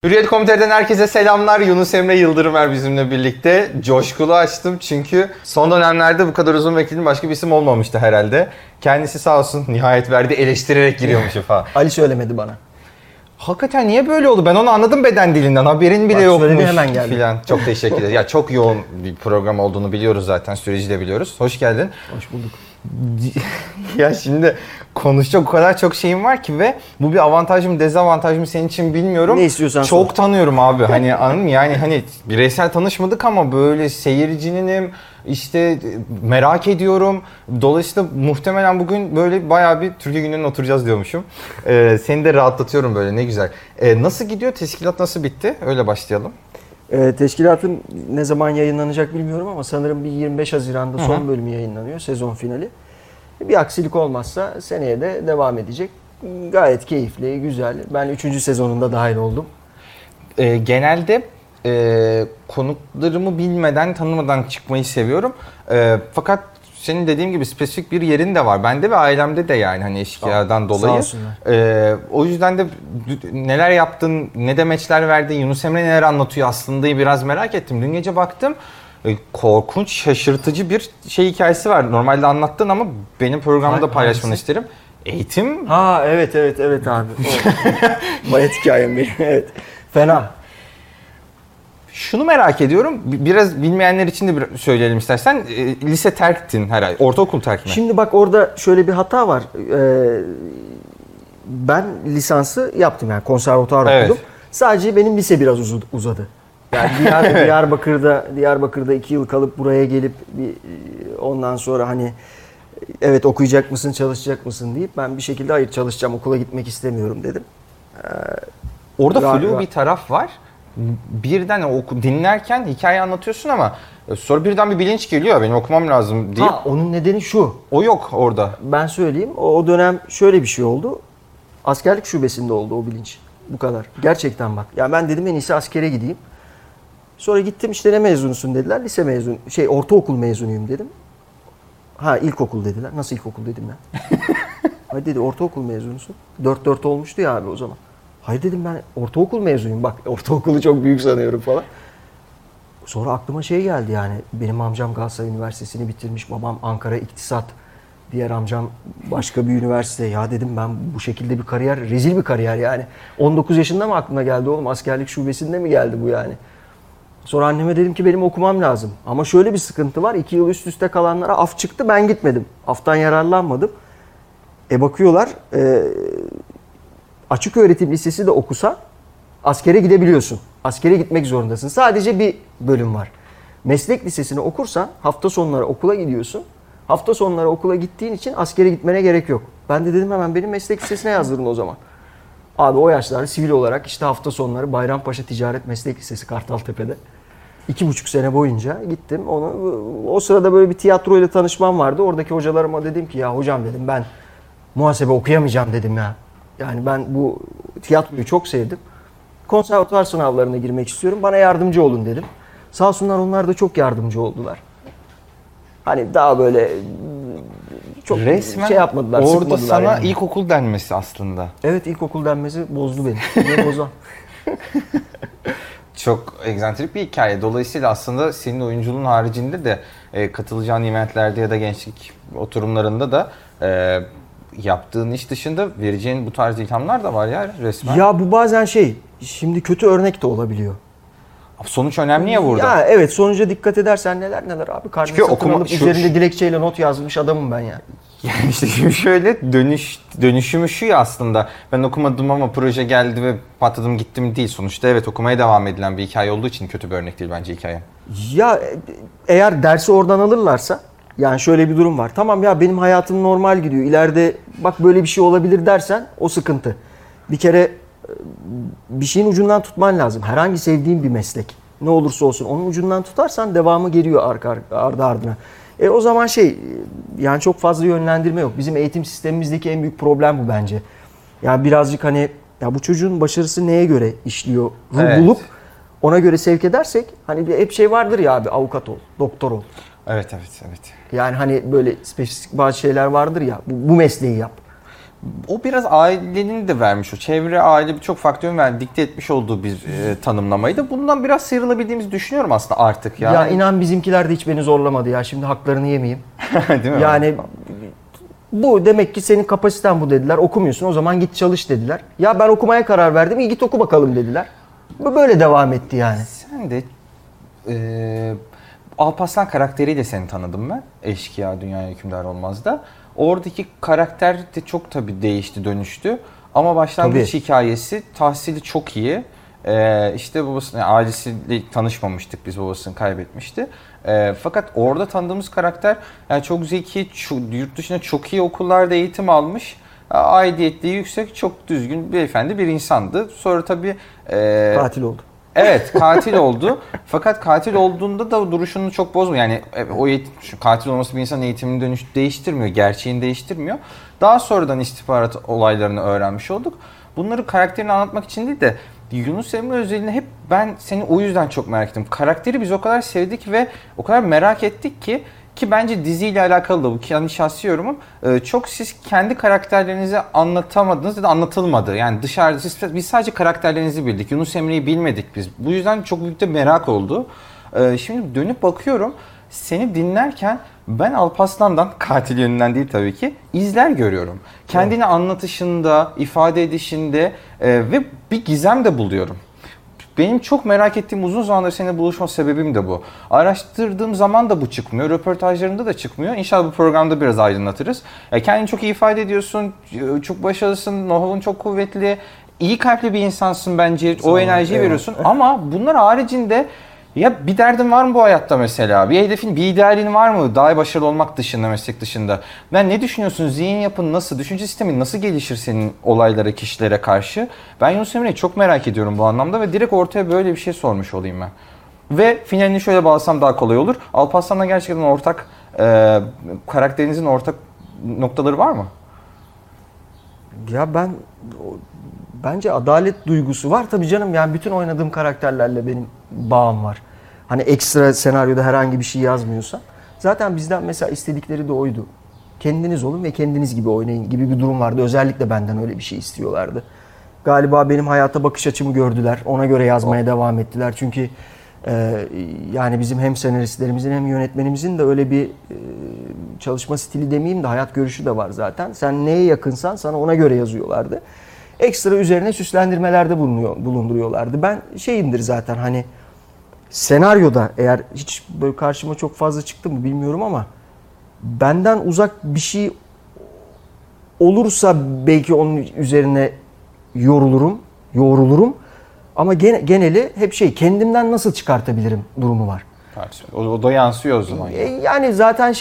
Hürriyet.com.tr'den herkese selamlar. Yunus Emre Yıldırımer bizimle birlikte. Coşkulu açtım çünkü son dönemlerde bu kadar uzun beklediğim başka bir isim olmamıştı herhalde. Kendisi sağ olsun nihayet verdi, eleştirerek giriyormuş falan. Ali söylemedi bana. Hakikaten niye böyle oldu? Ben onu anladım beden dilinden. Haberin bile yokmuş hemen geldi. Falan. Çok teşekkür ederiz. Ya çok yoğun bir program olduğunu biliyoruz zaten. Süreci de biliyoruz. Hoş geldin. Hoş bulduk. Ya şimdi konuşacak o kadar çok şeyim var ki ve bu bir avantaj mı dezavantaj mı senin için bilmiyorum. Ne istiyorsan çok sor. tanıyorum abi. Hani anladın mı? Yani hani bireysel tanışmadık ama böyle seyircinim. İşte merak ediyorum. Dolayısıyla muhtemelen bugün böyle bayağı bir Türkiye günlerine oturacağız diyormuşum. Seni de rahatlatıyorum böyle, ne güzel. Nasıl gidiyor? Teşkilat nasıl bitti? Öyle başlayalım. Teşkilatın ne zaman yayınlanacak bilmiyorum ama sanırım bir 25 Haziran'da son bölümü yayınlanıyor, sezon finali. Bir aksilik olmazsa seneye de devam edecek. Gayet keyifli, güzel. Ben 3. sezonunda dahil oldum. Genelde konuklarımı bilmeden, tanımadan çıkmayı seviyorum. Fakat senin dediğim gibi spesifik bir yerin de var. Bende ve ailemde de, yani hani eşkıyadan dolayı. O yüzden de neler yaptın, ne demeçler verdin, Yunus Emre neler anlatıyor aslında biraz merak ettim. Dün gece baktım. Korkunç, şaşırtıcı bir hikayesi var. Normalde anlattın ama benim programda paylaşmanı isterim. Eğitim. Ha evet abi. Bayat hikayem benim. Evet. Fena. Şunu merak ediyorum. Biraz bilmeyenler için de söyleyelim istersen. Lise terktin herhalde. Ortaokul terk mi? Şimdi bak, orada şöyle bir hata var. Ben lisansı yaptım, yani konservatuvar okudum. Sadece benim lise biraz uzadı. Yani Diyarbakır'da 2 yıl kalıp buraya gelip ondan sonra hani evet okuyacak mısın, çalışacak mısın deyip ben bir şekilde hayır çalışacağım, okula gitmek istemiyorum dedim. Orada flu bir taraf var. Birden dinlerken hikaye anlatıyorsun ama sonra birden bir bilinç geliyor, benim okumam lazım diye. Onun nedeni şu. O yok orada. Ben söyleyeyim. O dönem şöyle bir şey oldu. Askerlik şubesinde oldu o bilinç. Bu kadar. Gerçekten bak. Ya ben dedim en iyisi askere gideyim. Sonra gittim, işte ne mezunusun dediler. Lise mezun, ortaokul mezunuyum dedim. İlkokul dediler. Nasıl ilkokul dedim ya. Hayır dedi, ortaokul mezunusun. 4-4 olmuştu ya abi o zaman. Hayır dedim, ben ortaokul mezunuyum. Bak ortaokulu çok büyük sanıyorum falan. Sonra aklıma geldi yani. Benim amcam Galatasaray Üniversitesi'ni bitirmiş. Babam Ankara İktisat. Diğer amcam başka bir üniversite. Ya dedim, ben bu şekilde bir kariyer, rezil bir kariyer yani. 19 yaşında mı aklına geldi oğlum? Askerlik şubesinde mi geldi bu yani? Sonra anneme dedim ki benim okumam lazım. Ama şöyle bir sıkıntı var. 2 yıl üst üste kalanlara af çıktı. Ben gitmedim. Aftan yararlanmadım. Bakıyorlar. Açık öğretim lisesi de okusan askere gidebiliyorsun. Askere gitmek zorundasın. Sadece bir bölüm var. Meslek lisesini okursan hafta sonları okula gidiyorsun. Hafta sonları okula gittiğin için askere gitmene gerek yok. Ben de dedim hemen benim meslek lisesine yazdırın o zaman. Abi o yaşlarda sivil olarak işte hafta sonları Bayrampaşa Ticaret Meslek Lisesi Kartaltepe'de 2,5 sene boyunca gittim. O sırada böyle bir tiyatroyla tanışmam vardı. Oradaki hocalarıma dedim ki ya hocam dedim, ben muhasebe okuyamayacağım dedim ya. Yani ben bu tiyatroyu çok sevdim. Konservatuvar sınavlarına girmek istiyorum. Bana yardımcı olun dedim. Sağ olsunlar, onlar da çok yardımcı oldular. Hani daha böyle çok resmen yapmadılar, orada sıkmadılar sana yani. İlkokul denmesi aslında. Evet, ilkokul denmesi bozdu beni. Niye bozan? Çok egzantrik bir hikaye. Dolayısıyla aslında senin oyunculuğun haricinde de katılacağın eventlerde ya da gençlik oturumlarında da yaptığın iş dışında vereceğin bu tarz ilhamlar da var ya resmen. Ya bu bazen şimdi kötü örnek de olabiliyor. Sonuç önemli ya burada. Ya evet, sonuca dikkat edersen neler abi. Karnı satın alıp üzerinde dilekçeyle not yazmış adamım ben ya. Yani işte şimdi şöyle dönüşümü şu ya aslında. Ben okumadım ama proje geldi ve patladım gittim değil. Sonuçta evet, okumaya devam edilen bir hikaye olduğu için kötü bir örnek değil bence hikaye. Ya eğer dersi oradan alırlarsa, yani şöyle bir durum var. Tamam ya, benim hayatım normal gidiyor. İleride bak böyle bir şey olabilir dersen o sıkıntı. Bir kere bir şeyin ucundan tutman lazım. Herhangi sevdiğin bir meslek ne olursa olsun onun ucundan tutarsan devamı geliyor ardı ardına. O zaman yani çok fazla yönlendirme yok. Bizim eğitim sistemimizdeki en büyük problem bu bence. Yani birazcık hani ya bu çocuğun başarısı neye göre işliyor bulup ona göre sevk edersek, hani hep vardır ya abi, avukat ol, doktor ol. Evet. Yani hani böyle spesifik bazı şeyler vardır ya, bu mesleği yap. O biraz ailenin de vermiş, o çevre, aile birçok faktörün dikte etmiş olduğu bir tanımlamaydı. Bundan biraz sıyrılabildiğimizi düşünüyorum aslında artık ya. Ya inan bizimkiler de hiç beni zorlamadı ya. Şimdi haklarını yemeyeyim. Değil mi? Yani bu demek ki senin kapasiten bu dediler. Okumuyorsun, o zaman git çalış dediler. Ya ben okumaya karar verdim. İyi git oku bakalım dediler. Bu böyle devam etti yani. Sen de Alparslan karakteriyle seni tanıdım ben. Eşkıya Dünyaya Hükümdar Olmaz'da. Oradaki karakter de çok tabii değişti, dönüştü. Ama başlangıç hikayesi, tahsili çok iyi. İşte babasının, yani ailesiyle tanışmamıştık, biz babasını kaybetmişti. Fakat orada tanıdığımız karakter yani çok zeki, yurt dışında çok iyi okullarda eğitim almış. Aidiyetliği yüksek, çok düzgün beyefendi bir insandı. Sonra tabii katil oldu. Evet, katil oldu. Fakat katil olduğunda da duruşunu çok bozmuyor. Yani katil olması bir insanın eğitimini değiştirmiyor, gerçeğini değiştirmiyor. Daha sonradan istihbarat olaylarını öğrenmiş olduk. Bunları karakterini anlatmak için değil de Yunus Emre özelinde hep ben seni o yüzden çok merak ettim. Karakteri biz o kadar sevdik ve o kadar merak ettik ki bence diziyle alakalı da bu kendi şahsi yorumum. Çok siz kendi karakterlerinizi anlatamadınız ya da anlatılmadı. Yani dışarıda biz sadece karakterlerinizi bildik. Yunus Emre'yi bilmedik biz. Bu yüzden çok büyük de merak oldu. Şimdi dönüp bakıyorum. Seni dinlerken ben Alparslan'dan, katil yönünden değil tabii ki, izler görüyorum. Kendini anlatışında, ifade edişinde ve bir gizem de buluyorum. Benim çok merak ettiğim, uzun zamandır seninle buluşma sebebim de bu. Araştırdığım zaman da bu çıkmıyor, röportajlarında da çıkmıyor. İnşallah bu programda biraz aydınlatırız. Kendini çok iyi ifade ediyorsun, çok başarılısın, know-how'un çok kuvvetli, iyi kalpli bir insansın bence, o enerjiyi veriyorsun. Ama bunlar haricinde ya bir derdin var mı bu hayatta mesela? Bir hedefin, bir idealin var mı? Daha başarılı olmak dışında, meslek dışında. Ben ne düşünüyorsun? Zihin yapın nasıl? Düşünce sistemin nasıl gelişir senin olaylara, kişilere karşı? Ben Yunus Emre'yi çok merak ediyorum bu anlamda ve direkt ortaya böyle bir şey sormuş olayım ben. Ve finalini şöyle bağlasam daha kolay olur. Alparslan'la gerçekten ortak, karakterinizin ortak noktaları var mı? Ya bence adalet duygusu var tabii canım. Yani bütün oynadığım karakterlerle benim bağım var. Hani ekstra senaryoda herhangi bir şey yazmıyorsa. Zaten bizden mesela istedikleri de oydu. Kendiniz olun ve kendiniz gibi oynayın gibi bir durum vardı. Özellikle benden öyle bir şey istiyorlardı. Galiba benim hayata bakış açımı gördüler. Ona göre yazmaya devam ettiler. Çünkü yani bizim hem senaristlerimizin hem yönetmenimizin de öyle bir çalışma stili demeyeyim de hayat görüşü de var zaten. Sen neye yakınsan sana ona göre yazıyorlardı. Ekstra üzerine süslendirmelerde bulunduruyorlardı. Ben şeyimdir zaten, hani senaryoda eğer hiç böyle karşıma çok fazla çıktı mı bilmiyorum ama benden uzak bir şey olursa belki onun üzerine yoğrulurum. Ama geneli hep kendimden nasıl çıkartabilirim durumu var. O da yansıyor o zaman. Yani zaten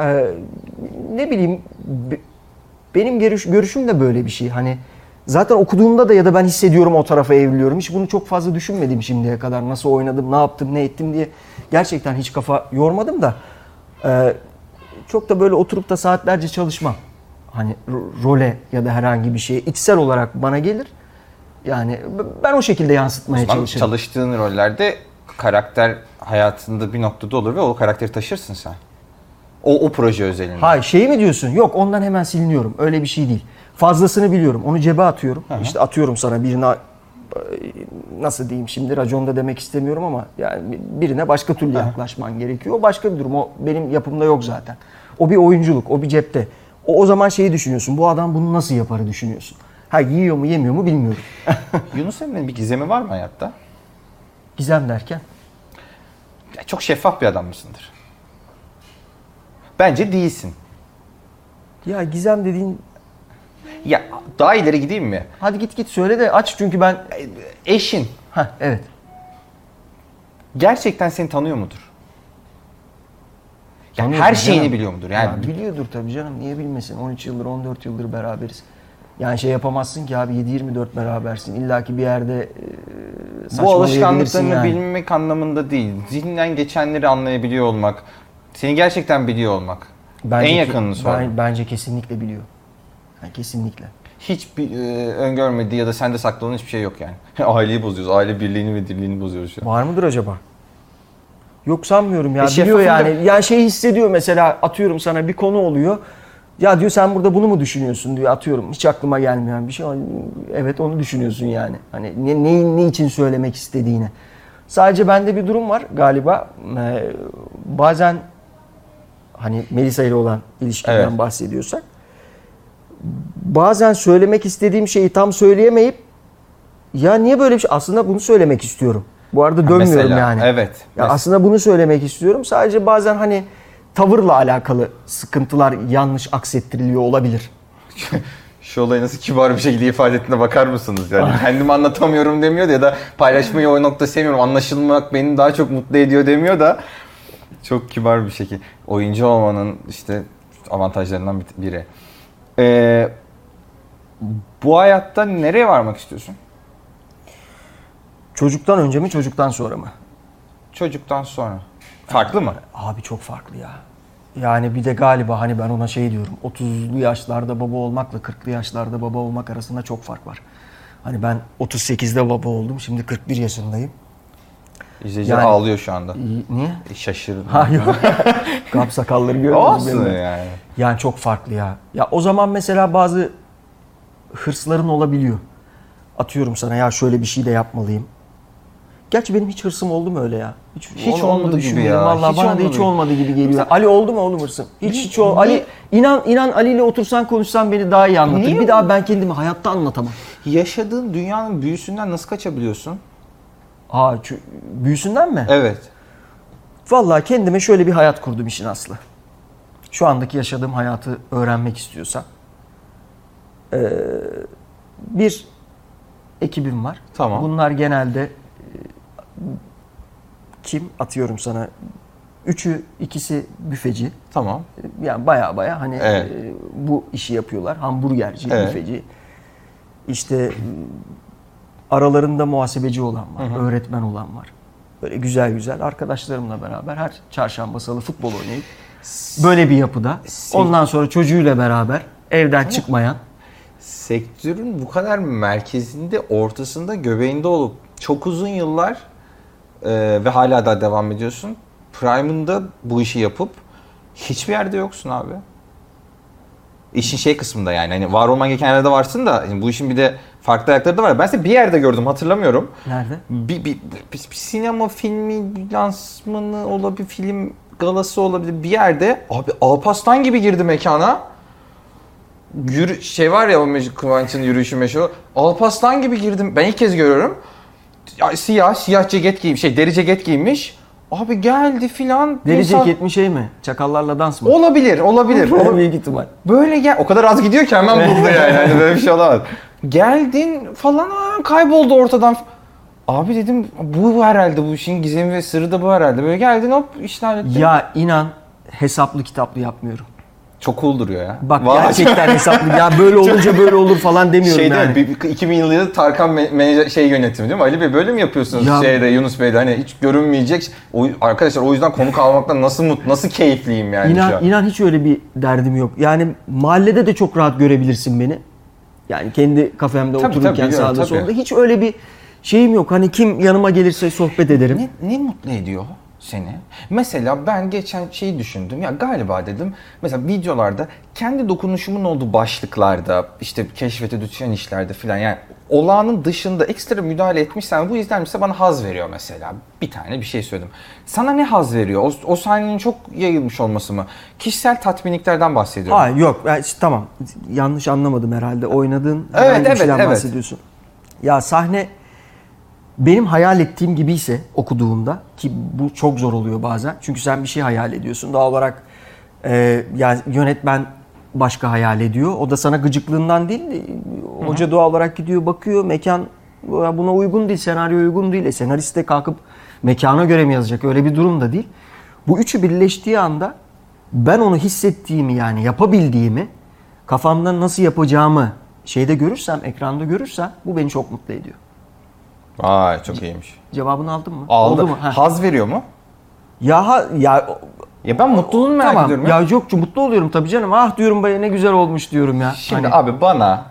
ne bileyim, benim görüşüm de böyle bir şey. Hani zaten okuduğumda da ya da ben hissediyorum, o tarafa evriliyorum. Hiç bunu çok fazla düşünmedim şimdiye kadar. Nasıl oynadım, ne yaptım, ne ettim diye gerçekten hiç kafa yormadım da çok da böyle oturup da saatlerce çalışmam. Hani role ya da herhangi bir şeye içsel olarak bana gelir. Yani ben o şekilde yansıtmaya çalışırım. Çalıştığın rollerde karakter hayatında bir noktada olur ve o karakteri taşırsın sen. O proje özelinde. Hayır, şeyi mi diyorsun? Yok, ondan hemen siliniyorum. Öyle bir şey değil. Fazlasını biliyorum. Onu cebe atıyorum. Hı-hı. İşte atıyorum sana birine, nasıl diyeyim şimdi, raconda demek istemiyorum ama yani birine başka türlü yaklaşman gerekiyor. O başka bir durum. O benim yapımda yok zaten. O bir oyunculuk, o bir cepte. O zaman şeyi düşünüyorsun. Bu adam bunu nasıl yaparı düşünüyorsun. Yiyor mu yemiyor mu bilmiyorum. Yunus Emre'nin bir gizemi var mı hayatta? Gizem derken? Çok şeffaf bir adam mısındır? Bence değilsin. Ya gizem dediğin... Ya daha ileri gideyim mi? Hadi git söyle de aç, çünkü ben... Eşin. Evet. Gerçekten seni tanıyor mudur? Yani her şeyini biliyor mudur? Yani biliyordur tabii canım. Niye bilmesin? 13 yıldır, 14 yıldır beraberiz. Yani yapamazsın ki abi, 7-24 berabersin. İlla ki bir yerde bu alışkanlıklarını bilmek anlamında değil. Zihninden geçenleri anlayabiliyor olmak. Seni gerçekten biliyor olmak. En yakınını sor. Bence kesinlikle biliyor. Yani kesinlikle. Hiçbir öngörmediği ya da sende saklanan hiçbir şey yok yani. Aileyi bozuyoruz. Aile birliğini ve dirliğini bozuyoruz şu an. Var mıdır acaba? Yok, sanmıyorum ya. Biliyor yani. Yani hissediyor mesela, atıyorum sana bir konu oluyor. Ya diyor sen burada bunu mu düşünüyorsun diyor, atıyorum. Hiç aklıma gelmeyen bir şey. Evet, onu düşünüyorsun yani. Hani ne için söylemek istediğini. Sadece bende bir durum var galiba. Bazen hani Melisa ile olan ilişkiden bahsediyorsak, bazen söylemek istediğim şeyi tam söyleyemeyip ya niye böyle bir şey, aslında bunu söylemek istiyorum. Bu arada dönmüyorum mesela, yani. Evet. Ya aslında bunu söylemek istiyorum. Sadece bazen hani tavırla alakalı sıkıntılar yanlış aksettiriliyor olabilir. Şu olayı nasıl kibar bir şekilde ifade ettiğine bakar mısınız? Yani kendimi anlatamıyorum demiyor da, ya da paylaşmayı o nokta sevmiyorum, anlaşılmak beni daha çok mutlu ediyor demiyor da, çok kibar bir şekilde. Oyuncu olmanın işte avantajlarından biri. Bu hayatta nereye varmak istiyorsun? Çocuktan önce mi, çocuktan sonra mı? Çocuktan sonra. Farklı mı? Abi çok farklı ya. Yani bir de galiba hani ben ona şey diyorum. 30'lu yaşlarda baba olmakla 40'lı yaşlarda baba olmak arasında çok fark var. Hani ben 38'de baba oldum. Şimdi 41 yaşındayım. İzleyiciler ağlıyor şu anda. Niye? Şaşırdım. Ha yok. Kap sakalları görüyor musun? Olsun yani. Yani çok farklı ya. Ya o zaman mesela bazı hırsların olabiliyor. Atıyorum sana, ya şöyle bir şey de yapmalıyım. Gerçi benim hiç hırsım oldu mu öyle ya? Hiç olmadı gibi ya. Vallahi bana da hiç olmadı gibi geliyor. Mesela, Ali oldu mu oğlum hırsım? Hiç olmadı. Ali inan Ali ile otursan konuşsan beni daha iyi anlatır. Niye? Bir daha ben kendimi hayatta anlatamam. Yaşadığın dünyanın büyüsünden nasıl kaçabiliyorsun? Büyüsünden mi? Evet. Vallahi kendime şöyle bir hayat kurdum işin aslı. Şu andaki yaşadığım hayatı öğrenmek istiyorsan. Bir ekibim var. Tamam. Bunlar genelde kim? Atıyorum sana. İkisi büfeci. Tamam. Yani baya hani Evet. bu işi yapıyorlar. Hamburgerci, Evet. büfeci. İşte aralarında muhasebeci olan var, öğretmen olan var. Böyle güzel arkadaşlarımla beraber her çarşamba salı futbol oynayıp böyle bir yapıda. Ondan sonra çocuğuyla beraber evden çıkmayan. Sektörün bu kadar merkezinde, ortasında, göbeğinde olup çok uzun yıllar ve hala da devam ediyorsun. Prime'ında bu işi yapıp hiçbir yerde yoksun abi. İşin şey kısmında yani hani var olman gereken yerde varsın da bu işin bir de farklı ayakları da var. Ben seni bir yerde gördüm, hatırlamıyorum. Nerede? Bir sinema filmi bir lansmanı olabilir, film galası olabilir bir yerde. Abi Alparslan gibi girdi mekana. Şey var ya, o Kıvanç'ın yürüyüşü meşhur. Alparslan gibi girdim. Ben ilk kez görüyorum. Ya, siyah ceket giymiş, deri ceket giymiş. Abi geldi filan. Deri ceket mi şey mi? Çakallarla dans mı? Olabilir. Büyük ihtimal. Böyle gel. O kadar az gidiyor ki hemen buldu yani. Hani böyle bir şey olamaz. Geldin falan, kayboldu ortadan. Abi dedim bu herhalde, bu işin gizemi ve sırrı da bu herhalde. Böyle geldin, hop işini hallettin. Ya inan hesaplı kitaplı yapmıyorum. Çok cool duruyor ya. Bak gerçekten hesaplı. Ya böyle olunca böyle olur falan demiyorum yani. 2000 yılında Tarkan menajer yönetimi değil mi? Ali Bey böyle mi yapıyorsunuz Yunus Bey'de, hani hiç görünmeyecek. Arkadaşlar o yüzden konuk almaktan nasıl keyifliyim yani şu an. İnan hiç öyle bir derdim yok. Yani mahallede de çok rahat görebilirsin beni. Yani kendi kafemde otururken sağda solda hiç öyle bir şeyim yok. Hani kim yanıma gelirse sohbet ederim. Ne mutlu ediyor seni? Mesela ben geçen şeyi düşündüm. Ya galiba dedim, mesela videolarda kendi dokunuşumun olduğu başlıklarda, işte keşfete düşen işlerde filan, yani olağanın dışında ekstra müdahale etmişsen, bu izlenmişse bana haz veriyor mesela. Bir tane bir şey söyledim. Sana ne haz veriyor? O sahnenin çok yayılmış olması mı? Kişisel tatminliklerden bahsediyorum. Yok tamam. Yanlış anlamadım herhalde. Oynadığın bir şeyden bahsediyorsun. Ya sahne benim hayal ettiğim gibiyse okuduğumda, ki bu çok zor oluyor bazen. Çünkü sen bir şey hayal ediyorsun. Doğal olarak yani yönetmen başka hayal ediyor. O da sana gıcıklığından değil. Hoca doğal olarak gidiyor, bakıyor. Mekan buna uygun değil, senaryo uygun değil. Senarist de kalkıp mekana göre mi yazacak? Öyle bir durum da değil. Bu üçü birleştiği anda ben onu hissettiğimi, yani yapabildiğimi, kafamda nasıl yapacağımı görürsem, ekranda görürsem, bu beni çok mutlu ediyor. Vay, çok iyiymiş. Cevabını aldın mı? Aldım. Haz veriyor mu? Ya ben mutluluğunu merak ediyorum. Ya yok, mutlu oluyorum tabii canım. Ah diyorum, ne güzel olmuş diyorum ya. Şimdi abi bana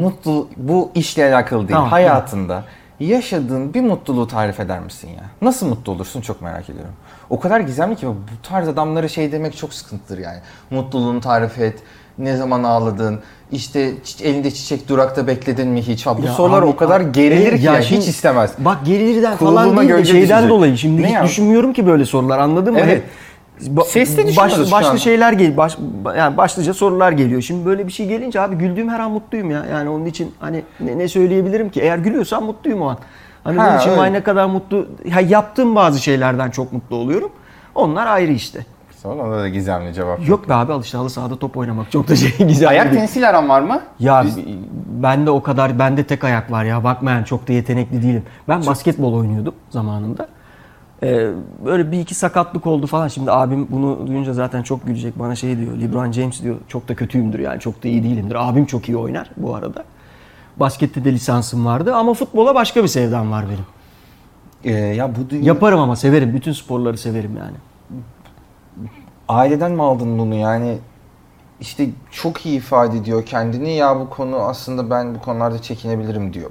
bu işle alakalı değil. Hayatında yaşadığın bir mutluluğu tarif eder misin ya? Nasıl mutlu olursun, çok merak ediyorum. O kadar gizemli ki bu tarz adamlara demek çok sıkıntıdır yani. Mutluluğunu tarif et. Ne zaman ağladın? İşte elinde çiçek durakta bekledin mi hiç? Bu Ya sorular abi, o kadar gerilir ki ya yani şimdi, hiç istemez. Bak gerilirden Kurulduğuna falan değil de gölge şeyden düşecek. dolayı. Şimdi Ne hiç ya? düşünmüyorum ki böyle sorular, anladın mı? Evet. Sesli düşünüyoruz şu an. Başlı şeyler yani başlıca sorular geliyor. Şimdi böyle bir şey gelince abi güldüğüm her an mutluyum ya. Yani onun için hani ne söyleyebilirim ki? Eğer gülüyorsam mutluyum o an. Hani bunun için vay ne kadar mutlu. Ya yaptığım bazı şeylerden çok mutlu oluyorum. Onlar ayrı işte. Sonra ona da gizemli cevap. Yok be abi, halı sahada top oynamak çok da güzel. Ayak tenisiyle aran var mı? Ya bende o kadar, bende tek ayak var ya. Bakmayan çok da yetenekli değilim. Ben basketbol oynuyordum zamanında. Böyle bir iki sakatlık oldu falan. Şimdi abim bunu duyunca zaten çok gülecek. Bana şey diyor, LeBron James diyor, çok da kötüyümdür yani, çok da iyi değilimdir. Abim çok iyi oynar bu arada. Baskette de lisansım vardı ama futbola başka bir sevdam var benim. Ya bu Yaparım ama severim. Bütün sporları severim yani. Aileden mi aldın bunu yani? İşte çok iyi ifade ediyor kendini, ya bu konu aslında ben bu konularda çekinebilirim diyor.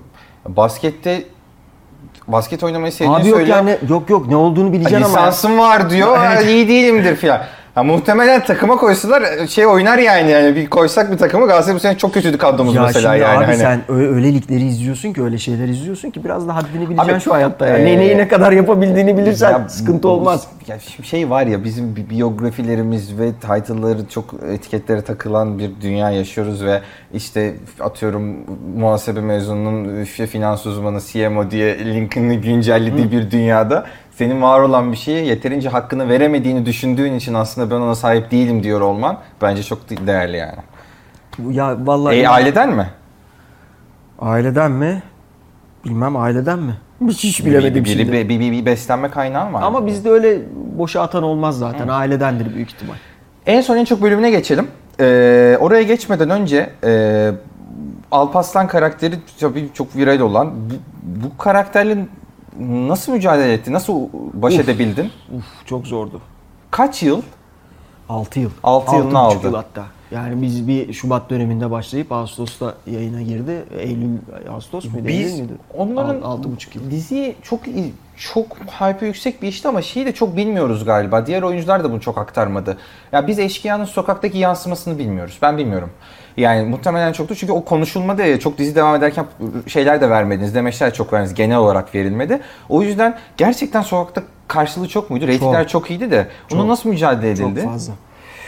Basket oynamayı sevdiğini Abi yok söylüyor. yani, yok ne olduğunu bileceksin ama. Lisansım var diyor, Evet. iyi değilimdir filan. Ya muhtemelen takıma koysalar oynar yani bir koysak bir takımı, Galatasaray bu sene çok kötüydü kadromuz Ya mesela şimdi yani. abi Hani. sen öyle ligleri izliyorsun ki, öyle şeyler izliyorsun ki biraz da haddini bileceksin Abi, şu hayatta ya. Neyi ne kadar yapabildiğini bilirsen Ya sıkıntı olmaz. Ya şimdi var ya, bizim biyografilerimiz ve title'ları çok etiketlere takılan bir dünya yaşıyoruz ve işte atıyorum muhasebe mezununun finans uzmanı CMO diye LinkedIn'i güncellediği bir dünyada senin var olan bir şeye yeterince hakkını veremediğini düşündüğün için aslında ben ona sahip değilim diyor olman bence çok değerli yani. Ya vallahi Aileden mi? Aileden mi? Bilmem, aileden mi? Hiç bilemedim şimdi. Bir beslenme kaynağı var. Ama bizde öyle boşa atan olmaz zaten. Ailedendir büyük ihtimal. En çok bölümüne geçelim. Oraya geçmeden önce Alparslan karakteri tabii çok viral olan. Bu karakterle nasıl mücadele ettin? Nasıl baş edebildin? Çok zordu. Kaç yıl? 6 yıl. 6 yılını 6,5 aldı. yıl hatta. Yani biz bir Şubat döneminde başlayıp Ağustos'ta yayına girdi. Ağustos muydu? Eylül Biz müydü? onların 6,5 yıl. diziyi çok hype yüksek bir işti ama şeyi de çok bilmiyoruz galiba. Diğer oyuncular da bunu çok aktarmadı. Ya biz Eşkıya'nın sokaktaki yansımasını bilmiyoruz. Ben bilmiyorum. Yani muhtemelen çoktu çünkü o konuşulmadı ya, çok dizi devam ederken şeyler de vermediniz, demeçler çok verdiniz, genel olarak verilmedi. O yüzden gerçekten sokakta karşılığı çok muydu? Reytingler çok iyiydi de onu nasıl mücadele edildi? Çok fazla.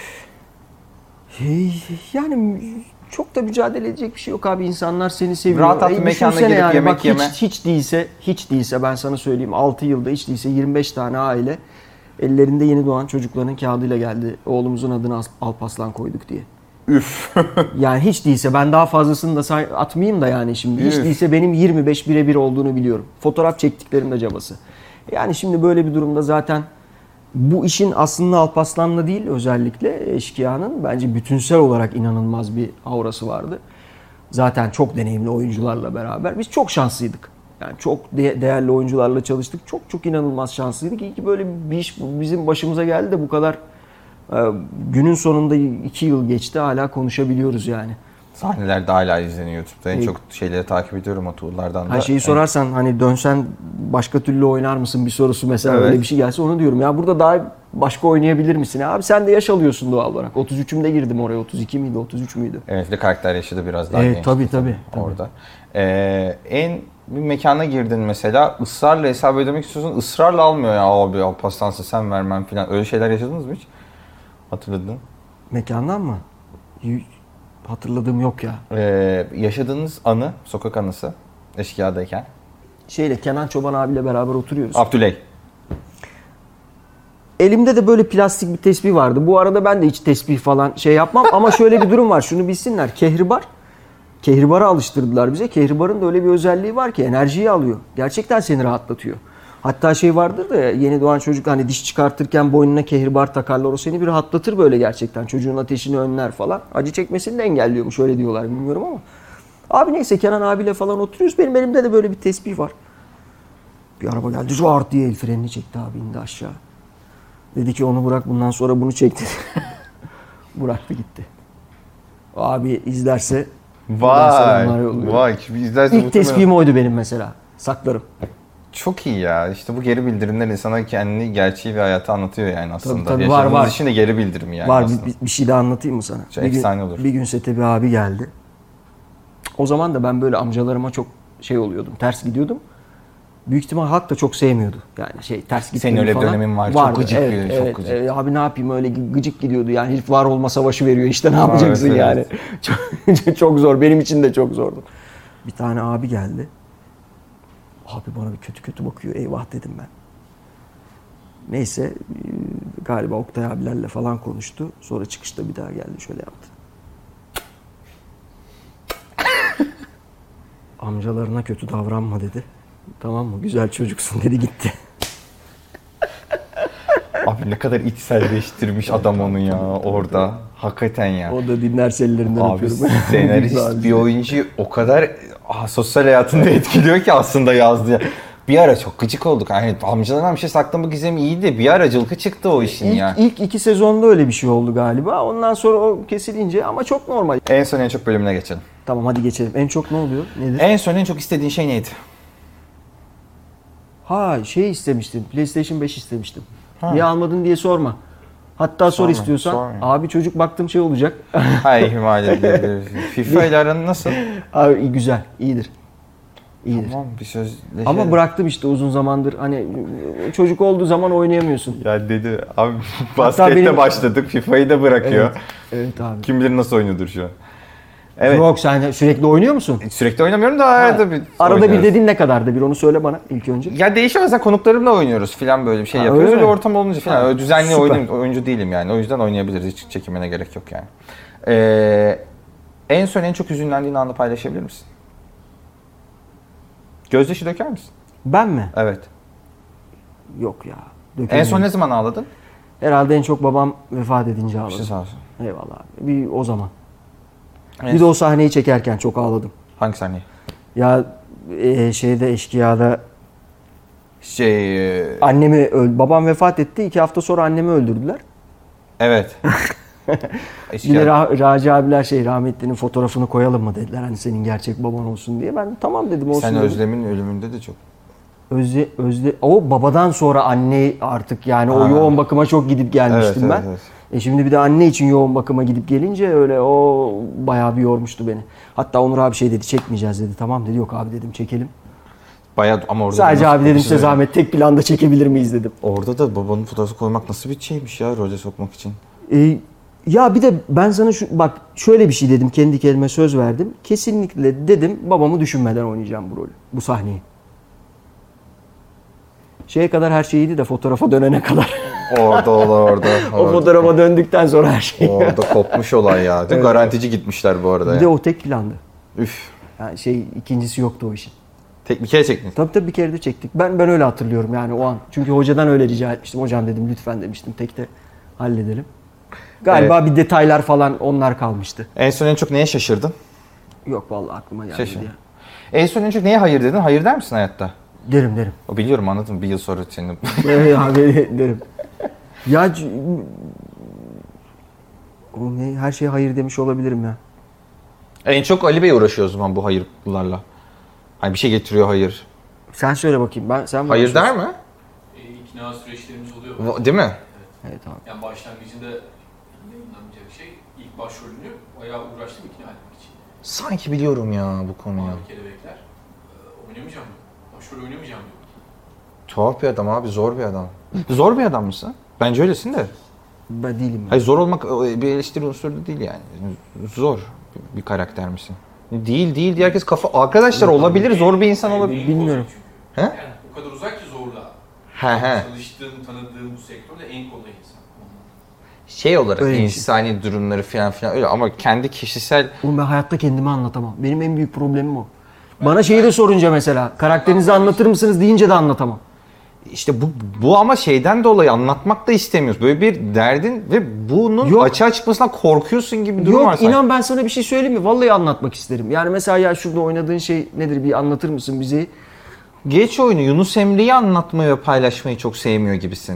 Yani çok da mücadele edecek bir şey yok abi. İnsanlar seni seviyor. Rahat bir mekana girip yani, yemek bak, yeme. hiç değilse ben sana söyleyeyim, 6 yılda hiç değilse 25 tane aile ellerinde yeni doğan çocukların kağıdıyla geldi. Oğlumuzun adını Alparslan koyduk diye. Üf. Yani hiç değilse, ben daha fazlasını da atmayayım da yani şimdi. Hiç değilse benim 25 birebir olduğunu biliyorum. Fotoğraf çektiklerim de cabası. Yani şimdi böyle bir durumda zaten bu işin aslında Alparslan'la değil, özellikle Eşkıya'nın bence bütünsel olarak inanılmaz bir aurası vardı. Zaten çok deneyimli oyuncularla beraber. Biz çok şanslıydık. Yani çok değerli oyuncularla çalıştık. Çok inanılmaz şanslıydık. İyi ki böyle bir iş bizim başımıza geldi de bu kadar günün sonunda 2 yıl geçti, hala konuşabiliyoruz yani. Sahneler de hala izleniyor YouTube'da. En çok şeyleri takip ediyorum o tool'lardan da. Şeyi sorarsan hani dönsen başka türlü oynar mısın bir sorusu mesela, Evet. öyle bir şey gelse onu diyorum. Ya burada daha başka oynayabilir misin? Abi sen de yaş alıyorsun doğal olarak. 33'ümde girdim oraya. 32 miydi, 33 müydü? Evet, bir karakter yaşadı biraz daha Evet, genç. tabii. Orada. Bir mekana girdin mesela, ısrarla hesap ödemek istiyorsun, ısrarla almıyor ya, abi Alparslan'sa sen vermem falan. Öyle şeyler yaşadınız mı hiç? Hatırladın? Mekandan mı? Hatırladığım yok ya. Yaşadığınız anı, sokak anısı Eşkıya'dayken. Kenan Çoban abiyle beraber oturuyoruz. Abdüley. Elimde de böyle plastik bir tesbih vardı. Bu arada ben de hiç tesbih falan yapmam ama şöyle bir durum var. Şunu bilsinler. Kehribar'a alıştırdılar bize. Kehribar'ın da öyle bir özelliği var ki enerjiyi alıyor. Gerçekten seni rahatlatıyor. Hatta vardır da yeni doğan çocuk hani diş çıkartırken boynuna kehribar takarlar. O seni bir rahatlatır böyle gerçekten. Çocuğun ateşini önler falan. Acı çekmesini de engelliyormuş, öyle diyorlar, bilmiyorum ama. Abi neyse, Kenan abiyle falan oturuyoruz. Benim elimde de böyle bir tesbih var. Bir araba geldi, zart diye el frenini çekti abi, indi aşağı. Dedi ki onu bırak, bundan sonra bunu çekti. Bıraktı gitti. Abi izlerse Vay. selamlar yolluyorum. Vay. İzlerse İlk tespihim oydu benim mesela. Saklarım. Çok iyi ya. İşte bu geri bildirimler insana kendini, gerçeği ve hayatı anlatıyor yani aslında. Tabii, Yaşadığımız işin de geri bildirimi yani var, aslında. bir şey daha anlatayım mı sana? Çok efsane olur. Bir gün sete bir abi geldi. O zaman da ben böyle amcalarıma çok şey oluyordum, ters gidiyordum. Büyük ihtimal halk da çok sevmiyordu. Yani ters gitmeyi Senin öyle falan. dönemin var. Vardı. Çok gıcık evet, çok evet. gıcık. Abi ne yapayım, öyle gıcık gidiyordu. Yani herif var olma savaşı veriyor işte, ne yapacaksın Evet, yani. Çok zor. Benim için de çok zordu. Bir tane abi geldi. Abi bana bir kötü kötü bakıyor. Eyvah dedim ben. Neyse galiba Oktay abilerle falan konuştu. Sonra çıkışta bir daha geldi, şöyle yaptı. Amcalarına kötü davranma dedi. Tamam mı? Güzel çocuksun dedi, gitti. Abi ne kadar içselleştirmiş adam onu ya orada. Hakikaten ya. O da dinlerse ellerinden Abi öpüyorum. senarist bir oyuncu o kadar sosyal hayatında etkiliyor ki aslında yazdığı. Bir ara çok gıcık olduk. Yani amcalardan bir şey saklama gizemi iyiydi. Bir ara cılkı çıktı o işin ya. İlk 2 sezonda öyle bir şey oldu galiba. Ondan sonra o kesilince, ama çok normal. En son en çok bölümüne geçelim. Tamam, hadi geçelim. En çok ne oluyor? Nedir? En son en çok istediğin şey neydi? İstemiştim. PlayStation 5 istemiştim. Ha. Niye almadın diye sorma. Hatta sor Sorma, istiyorsan. sorma. Abi çocuk baktım şey olacak. Hay ihmal edilebilir. FIFA ile aran nasıl? Abi güzel, iyidir. İyidir. Tamam bir sözleşelim. Ama bıraktım işte uzun zamandır. Hani çocuk olduğu zaman oynayamıyorsun. Ya dedi abi baskette başladık, FIFA'yı da bırakıyor. Evet abi. Kim bilir nasıl oynuyordur şu an. Evet. Yok, sen sürekli oynuyor musun? Sürekli oynamıyorum da arada bir Arada oynuyoruz. bir dediğin ne kadardı, bir onu söyle bana ilk önce. Ya değişiyor, mesela konuklarımla oynuyoruz filan, böyle bir şey Ha, yapıyoruz. öyle Öyle mi? ortam olunca filan. Ha, Öyle düzenli süper. oyuncu değilim yani. O yüzden oynayabiliriz. Hiç çekinmene gerek yok yani. En son en çok hüzünlendiğin anı paylaşabilir misin? Gözyaşı döker misin? Ben mi? Evet. Yok ya. En dökemiyorum. son ne zaman ağladın? Herhalde en çok babam vefat edince ağladım. İşte sağ olsun. Eyvallah abi. Bir o zaman. En Bir de o sahneyi çekerken çok ağladım. Hangi sahne? Ya Eşkıya'da babam vefat etti. 2 hafta sonra annemi öldürdüler. Evet. Bir de Raci abiler rahmetlinin fotoğrafını koyalım mı dediler. Hani senin gerçek baban olsun diye. Ben tamam dedim, olsun Sen dedim. Özlem'in ölümünde de çok. O babadan sonra anne artık yani o Ha. yoğun bakıma çok gidip gelmiştim Evet, ben. evet, Şimdi bir de anne için yoğun bakıma gidip gelince öyle o bayağı bir yormuştu beni. Hatta Onur abi dedi, çekmeyeceğiz dedi. Tamam dedi, yok abi dedim, çekelim. Bayağı ama orada Sadece da abi dedim, size zahmet, tek planda çekebilir miyiz dedim. Orada da babanın fotoğrafı koymak nasıl bir şeymiş ya, role sokmak için. Ya bir de ben sana bak şöyle bir şey dedim, kendi kendime söz verdim. Kesinlikle dedim, babamı düşünmeden oynayacağım bu rolü, bu sahneyi. Şeye kadar her şeyiydi de fotoğrafa dönene kadar. Orada. O fotoğrafa döndükten sonra her şey. Orada kopmuş olay ya. Evet. Garantici gitmişler bu arada Bir ya. de o tek plandı. Üf. Yani ikincisi yoktu o işin. Tek bir kere çektin. Tabii bir kere de çektik. Ben öyle hatırlıyorum yani o an. Çünkü hocadan öyle rica etmiştim. Hocam dedim, lütfen demiştim, tekte halledelim. Galiba bir detaylar falan onlar kalmıştı. En son en çok neye şaşırdın? Yok vallahi aklıma gelmedi Şaşır. ya. En son en çok neye hayır dedin? Hayır der misin hayatta? Derim. O biliyorum, anladım. Bir yıl sonra senin. Abi derim. Ya her şeye hayır demiş olabilirim ya. En çok Ali Bey uğraşıyor o zaman bu hayırlarla. Hani bir şey getiriyor hayır. Sen söyle bakayım. Sen Hayır der mi? İkna süreçlerimiz oluyor. Değil mi? Evet abi. Yani başlangıcında yayınlanmayacak şey, ilk başrolünü bayağı uğraştım ikna etmek için. Sanki biliyorum ya bu konuyu. Mavi kelebekler. Oynamayacağım diyor. Başrol oynamayacağım diyor. Tuhaf bir adam abi, zor bir adam. Zor bir adam mısın? Bence öylesin de. Ben değilim. Hayır, zor olmak bir eleştiri unsuru da değil yani. Zor bir karakter misin? Değil diye herkes arkadaşlar olabilir, zor bir insan olabilir. Bilmiyorum. He? Yani o kadar uzak ki zorla. He. Çalıştığım, tanıdığım bu sektörde en kolay insan. Şey olarak Öyle bir şey. insani durumları falan öyle, ama kendi kişisel... Oğlum ben hayatta kendimi anlatamam. Benim en büyük problemim o. Bana şeyi de sorunca mesela, karakterinizi anlatır mısınız deyince de anlatamam. İşte bu ama şeyden dolayı anlatmak da istemiyoruz. Böyle bir derdin ve bunun açığa çıkmasından korkuyorsun gibi bir durum var Yok, sanki. inan ben sana bir şey söyleyeyim mi? Vallahi anlatmak isterim. Yani mesela ya şurada oynadığın şey nedir, bir anlatır mısın bize? Geç oyunu, Yunus Emre'yi anlatmayı ve paylaşmayı çok sevmiyor gibisin.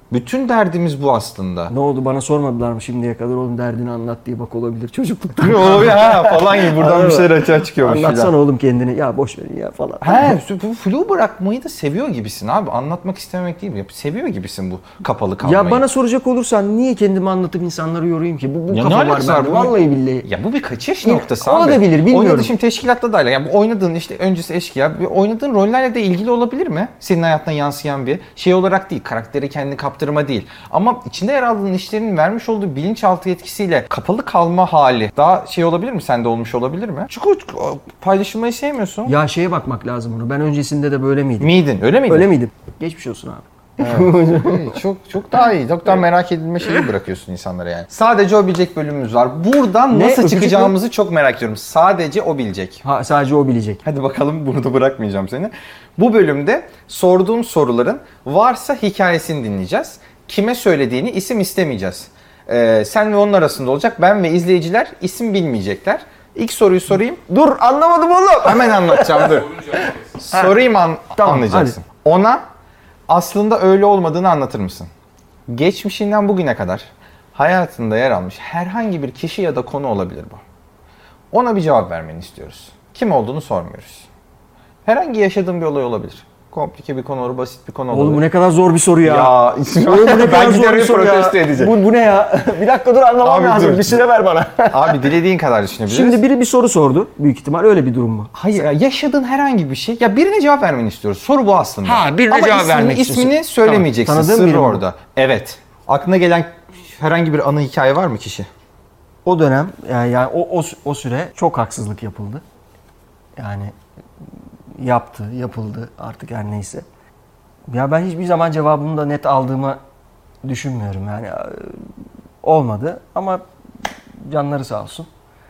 Bütün derdimiz bu aslında. Ne oldu bana sormadılar mı şimdiye kadar oğlum derdini anlat diye, bak olabilir çocukluktan. Oluyor ha falan gibi buradan bir şeyler açığa çıkıyormuş. Anlatsana oğlum kendini, ya boş verin ya falan. He, bu flu bırakmayı da seviyor gibisin abi. Anlatmak istememek değil mi? Seviyor gibisin bu kapalı kalmayı. Ya bana soracak olursan niye kendimi anlatıp insanları yorayım ki? Bu Ya kafa ne var alakası var bende. bunun? Vallahi billahi. Ya bu bir kaçış noktası abi. Olabilir, bilmiyorum. Oynadığı şimdi teşkilatta da öyle. Yani bu oynadığın işte öncesi eşkıya, bir oynadığın rollerle de ilgili olabilir mi? Senin hayatına yansıyan bir şey olarak değil. Karakteri kendini kaptırma değil. Ama içinde yer aldığın işlerin vermiş olduğu bilinçaltı etkisiyle kapalı kalma hali daha şey olabilir mi? Sende olmuş olabilir mi? Çünkü paylaşılmayı sevmiyorsun. Ya şeye bakmak lazım onu. Ben öncesinde de böyle miydim? Miydin? Öyle miydin? Öyle miydim? Geçmiş olsun abi. Evet. çok daha iyi. Çok daha merak edilme şeyi bırakıyorsun insanlara yani. Sadece o bilecek bölümümüz var. Buradan Ne? nasıl Öpücük çıkacağımızı çok merak ediyorum. Sadece o bilecek. Ha, sadece o bilecek. Hadi bakalım, burada bırakmayacağım seni. Bu bölümde sorduğum soruların varsa hikayesini dinleyeceğiz. Kime söylediğini isim istemeyeceğiz. Sen ve onun arasında olacak. Ben ve izleyiciler isim bilmeyecekler. İlk soruyu sorayım. Dur anlamadım oğlum. Hemen anlatacağım dur. Sorayım Tamam, anlayacaksın. Ona aslında öyle olmadığını anlatır mısın? Geçmişinden bugüne kadar hayatında yer almış herhangi bir kişi ya da konu olabilir bu. Ona bir cevap vermeni istiyoruz. Kim olduğunu sormuyoruz. Herhangi yaşadığın bir olay olabilir. Komplike bir konu olur, basit bir konu olabilir. Oğlum bu ne kadar zor bir soru ya. Ya Oğlum bu ne kadar ben zor bir giderim soru ya. protesto edeceğim. Bu ne ya? Bir dakika dur anlamam Abi lazım. dur. Bir süre ver bana. Abi dilediğin kadar düşünebiliriz. Şimdi biri bir soru sordu. Büyük ihtimal öyle bir durum mu? Hayır ya, yaşadığın herhangi bir şey. Ya birine cevap vermeni istiyoruz. Soru bu aslında. Ha, birine Ama cevap vermek ismini istiyorsun. söylemeyeceksin. Tamam. Tanıdığın biri Sırrı mi? orada. Evet. Aklına gelen herhangi bir anı hikaye var mı kişi? O dönem yani o süre çok haksızlık yapıldı. Yani yapıldı artık her neyse. Ya ben hiçbir zaman cevabımı da net aldığımı düşünmüyorum yani. Olmadı ama canları sağ olsun.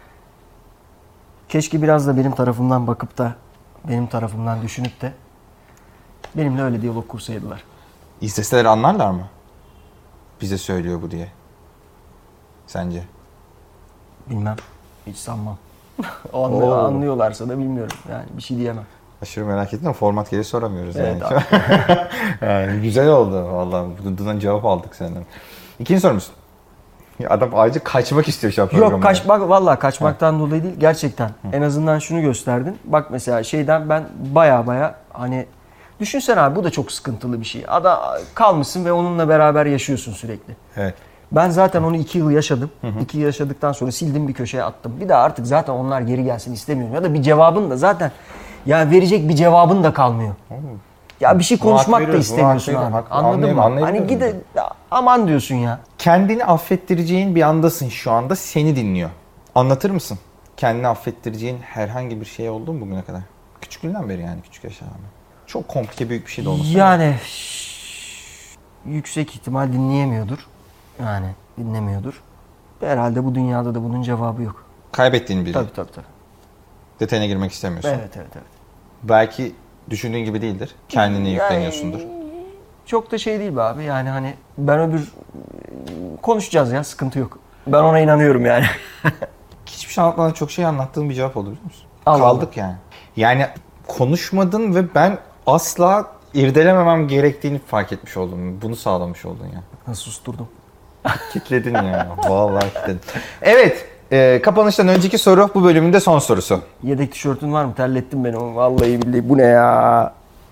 Keşke biraz da benim tarafımdan bakıp da benim tarafımdan düşünüp de benimle öyle diyalog kursaydılar. İzleseler anlarlar mı? Bize söylüyor bu diye. Sence? Bilmem. Hiç sanmam. Oo. Anlıyorlarsa da bilmiyorum. Yani bir şey diyemem. Aşırı merak ettim ama format geri soramıyoruz Evet, yani. Yani güzel oldu vallahi. Bundan cevap aldık senden. İkinci sorumuz. Ya adam ayrıca kaçmak istiyor şu an programda. Yok vallahi kaçmaktan dolayı değil. Gerçekten. En azından şunu gösterdin. Bak mesela şeyden ben baya hani düşünsene abi bu da çok sıkıntılı bir şey. Kalmışsın ve onunla beraber yaşıyorsun sürekli. Evet. Ben zaten onu 2 yıl yaşadım. 2 yıl yaşadıktan sonra sildim bir köşeye attım. Bir daha artık zaten onlar geri gelsin istemiyorum. Ya da bir cevabın da zaten ya verecek bir cevabın da kalmıyor. Ya bir şey konuşmak da istemiyorsun abi. Anladın mı? Hani gide aman diyorsun ya. Kendini affettireceğin bir andasın şu anda, seni dinliyor. Anlatır mısın? Kendini affettireceğin herhangi bir şey oldu mu bugüne kadar? Küçüklüğünden beri yani, küçük yaşlarda. Çok komplike büyük bir şey de olmasın. Yani yüksek ihtimal dinleyemiyordur. Yani dinlemiyordur. Herhalde bu dünyada da bunun cevabı yok. Kaybettiğin biri. Tabii. Detayına girmek istemiyorsun. Evet. Belki düşündüğün gibi değildir. Kendine yükleniyorsundur. Çok da şey değil be abi. Yani hani ben konuşacağız ya, sıkıntı yok. Ben ona inanıyorum yani. Hiçbir şey anlatmadan çok şey anlattığım bir cevap oldu biliyor musun? Allah Kaldık yani. Yani konuşmadın ve ben asla irdelememem gerektiğini fark etmiş oldum. Bunu sağlamış oldun ya. Nasıl susturdum? Kitledin ya. Vallahi kitledin. Evet. Kapanıştan önceki soru bu bölümün de son sorusu. Yedek tişörtün var mı? Terlettin beni. Vallahi billahi bu ne ya?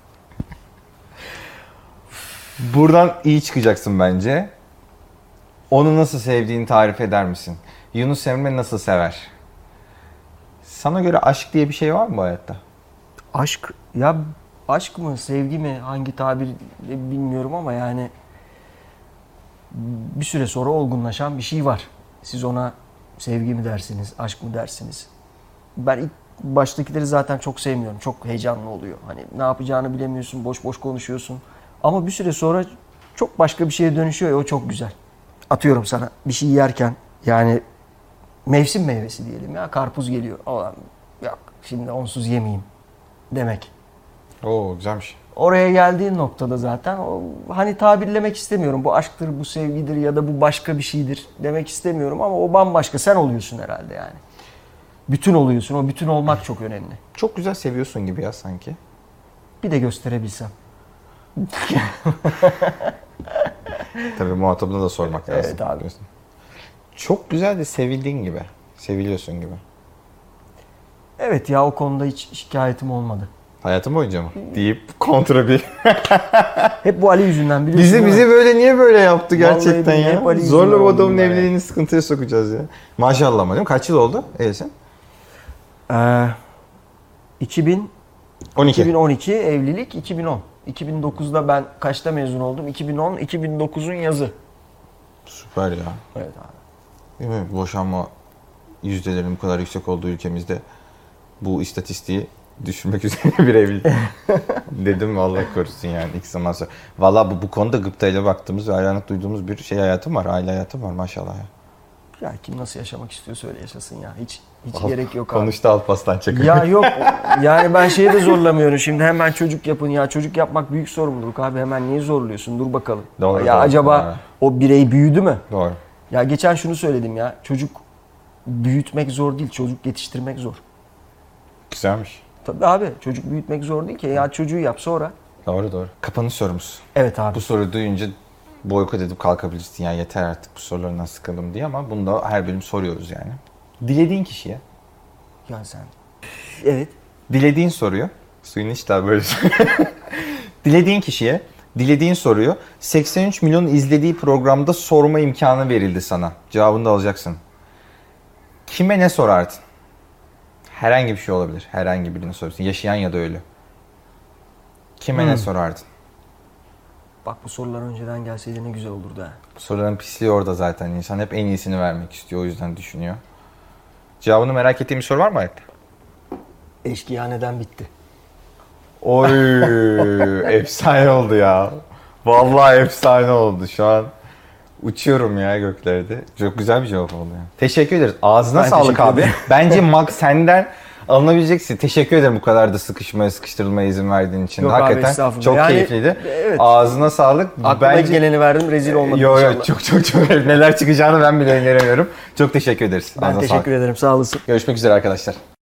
Buradan iyi çıkacaksın bence. Onu nasıl sevdiğini tarif eder misin? Yunus Emre nasıl sever? Sana göre aşk diye bir şey var mı bu hayatta? Aşk ya, aşk mı sevgi mi hangi tabir bilmiyorum ama yani bir süre sonra olgunlaşan bir şey var. Siz ona sevgi mi dersiniz, aşk mı dersiniz? Ben ilk baştakileri zaten çok sevmiyorum. Çok heyecanlı oluyor. Hani ne yapacağını bilemiyorsun, boş boş konuşuyorsun. Ama bir süre sonra çok başka bir şeye dönüşüyor ya, o çok güzel. Atıyorum sana bir şey yerken yani mevsim meyvesi diyelim ya, karpuz geliyor. Yok şimdi onsuz yemeyeyim demek. Oo, güzelmiş. Oraya geldiğin noktada zaten hani tabirlemek istemiyorum. Bu aşktır, bu sevgidir ya da bu başka bir şeydir demek istemiyorum ama o bambaşka. Sen oluyorsun herhalde yani. Bütün oluyorsun. O bütün olmak çok önemli. Çok güzel seviyorsun gibi ya sanki. Bir de gösterebilsem. Tabii muhatabına da sormak lazım. Evet abi. Çok güzel de sevildiğin gibi. Seviliyorsun gibi. Evet ya, o konuda hiç şikayetim olmadı. Hayatım boyunca mı? Deyip kontra bir. Hep bu Ali yüzünden biliyorsun değil mi? Bizi böyle niye böyle yaptı gerçekten Vallahi hep ya? Ali Zorla yüzünden bu oldu adamın bunlar evliliğini sıkıntıya sokacağız ya. Maşallah ama değil mi? Kaç yıl oldu evlisin? 2000 12. 2012 evlilik, 2010. 2009'da ben kaçta mezun oldum? 2010, 2009'un yazı. Süper ya. Evet abi. Değil mi? Boşanma yüzdelerinin bu kadar yüksek olduğu ülkemizde bu istatistiği düşürmek üzere bir evlilik. Dedim Allah korusun yani ilk zaman sonra. Valla bu konuda gıptayla baktığımız ve hayranlık duyduğumuz bir hayatım var. Aile hayatım var maşallah ya. Ya kim nasıl yaşamak istiyorsa öyle yaşasın ya. Hiç gerek yok abi. Konuştu Alparslan Çakır. Ya yok yani ben şeyi de zorlamıyorum şimdi, hemen çocuk yapın ya. Çocuk yapmak büyük sorumluluk abi, hemen niye zorluyorsun, dur bakalım. Doğru, ya doğru, acaba o birey büyüdü mü? Doğru. Ya geçen şunu söyledim ya, çocuk büyütmek zor değil, çocuk yetiştirmek zor. Güzelmiş. Tabii abi, çocuk büyütmek zor değil ki, ya çocuğu yap sonra. Doğru. Kapanış sorumuz. Evet abi. Bu soruyu duyunca boykot edip kalkabilirsin. Yani yeter artık bu sorularından sıkıldım diye, ama bunu da her bölüm soruyoruz yani. Dilediğin kişiye. Ya sen. Evet. Dilediğin soruyu. Suyunu iç daha böyle. Dilediğin kişiye, dilediğin soruyu 83 milyon izlediği programda sorma imkanı verildi sana. Cevabını da alacaksın. Kime ne sorardın? Herhangi bir şey olabilir. Herhangi birini sorarsın. Yaşayan ya da ölü. Kime ne sorardın? Bak bu sorular önceden gelseydi ne güzel olurdu ha. Bu soruların pisliği orada zaten. İnsan hep en iyisini vermek istiyor. O yüzden düşünüyor. Cevabını merak ettiğin bir soru var mı hayatta? Eşkıya neden bitti? Oy, efsane oldu ya. Vallahi efsane oldu. Şu an uçuyorum ya göklerde. Çok güzel bir cevap oldu yani. Teşekkür ederiz. Ağzına Ben sağlık teşekkür abi. ederim. Bence senden alınabileceksin. Teşekkür ederim bu kadar da sıkıştırılmaya izin verdiğin için. Yok abi, Hakikaten estağfurullah. çok Yani, keyifliydi. evet. Ağzına sağlık. Aklıma geleni verdim, rezil olmadım inşallah. Çok neler çıkacağını ben bile öneremiyorum. Çok teşekkür ederiz. Ben Ağzına teşekkür sağlık. ederim, sağ olasın. Görüşmek üzere arkadaşlar.